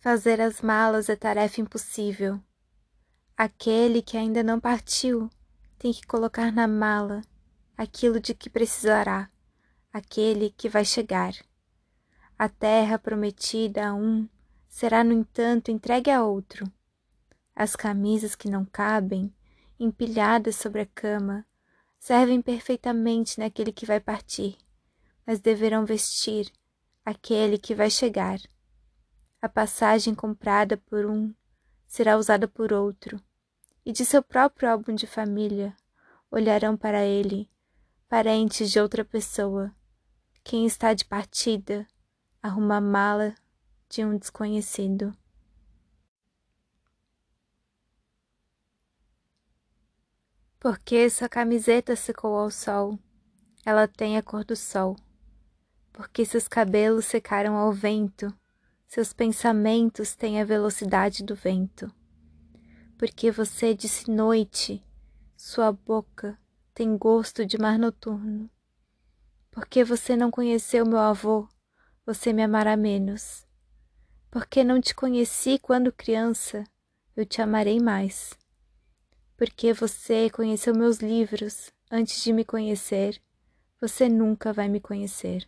Fazer as malas é tarefa impossível. Aquele que ainda não partiu tem que colocar na mala aquilo de que precisará, aquele que vai chegar. A terra prometida a um será, no entanto, entregue a outro. As camisas que não cabem, empilhadas sobre a cama, servem perfeitamente naquele que vai partir, mas deverão vestir aquele que vai chegar. A passagem comprada por um será usada por outro, e de seu próprio álbum de família olharão para ele parentes de outra pessoa. Quem está de partida arruma a mala de um desconhecido. Porque sua camiseta secou ao sol, ela tem a cor do sol. Porque seus cabelos secaram ao vento, seus pensamentos têm a velocidade do vento. Porque você disse noite, sua boca tem gosto de mar noturno. Porque você não conheceu meu avô, você me amará menos. Porque não te conheci quando criança, eu te amarei mais. Porque você conheceu meus livros antes de me conhecer, você nunca vai me conhecer.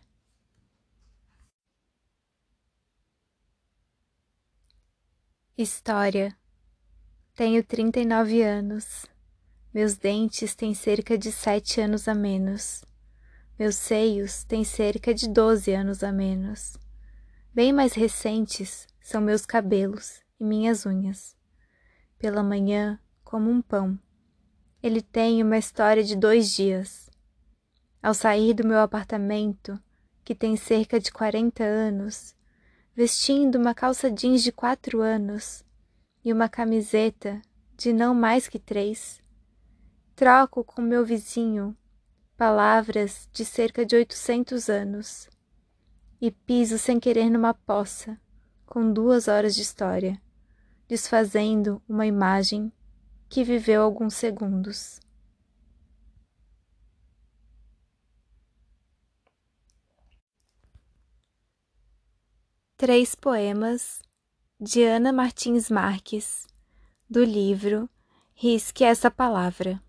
História. Tenho 39 anos. Meus dentes têm cerca de 7 anos a menos. Meus seios têm cerca de 12 anos a menos. Bem mais recentes são meus cabelos e minhas unhas. Pela manhã, como um pão. Ele tem uma história de 2 dias. Ao sair do meu apartamento, que tem cerca de 40 anos, vestindo uma calça jeans de 4 anos e uma camiseta de não mais que 3, troco com meu vizinho palavras de cerca de 800 anos e piso sem querer numa poça com 2 horas de história, desfazendo uma imagem que viveu alguns segundos. Três poemas de Ana Martins Marques, do livro Risque essa palavra.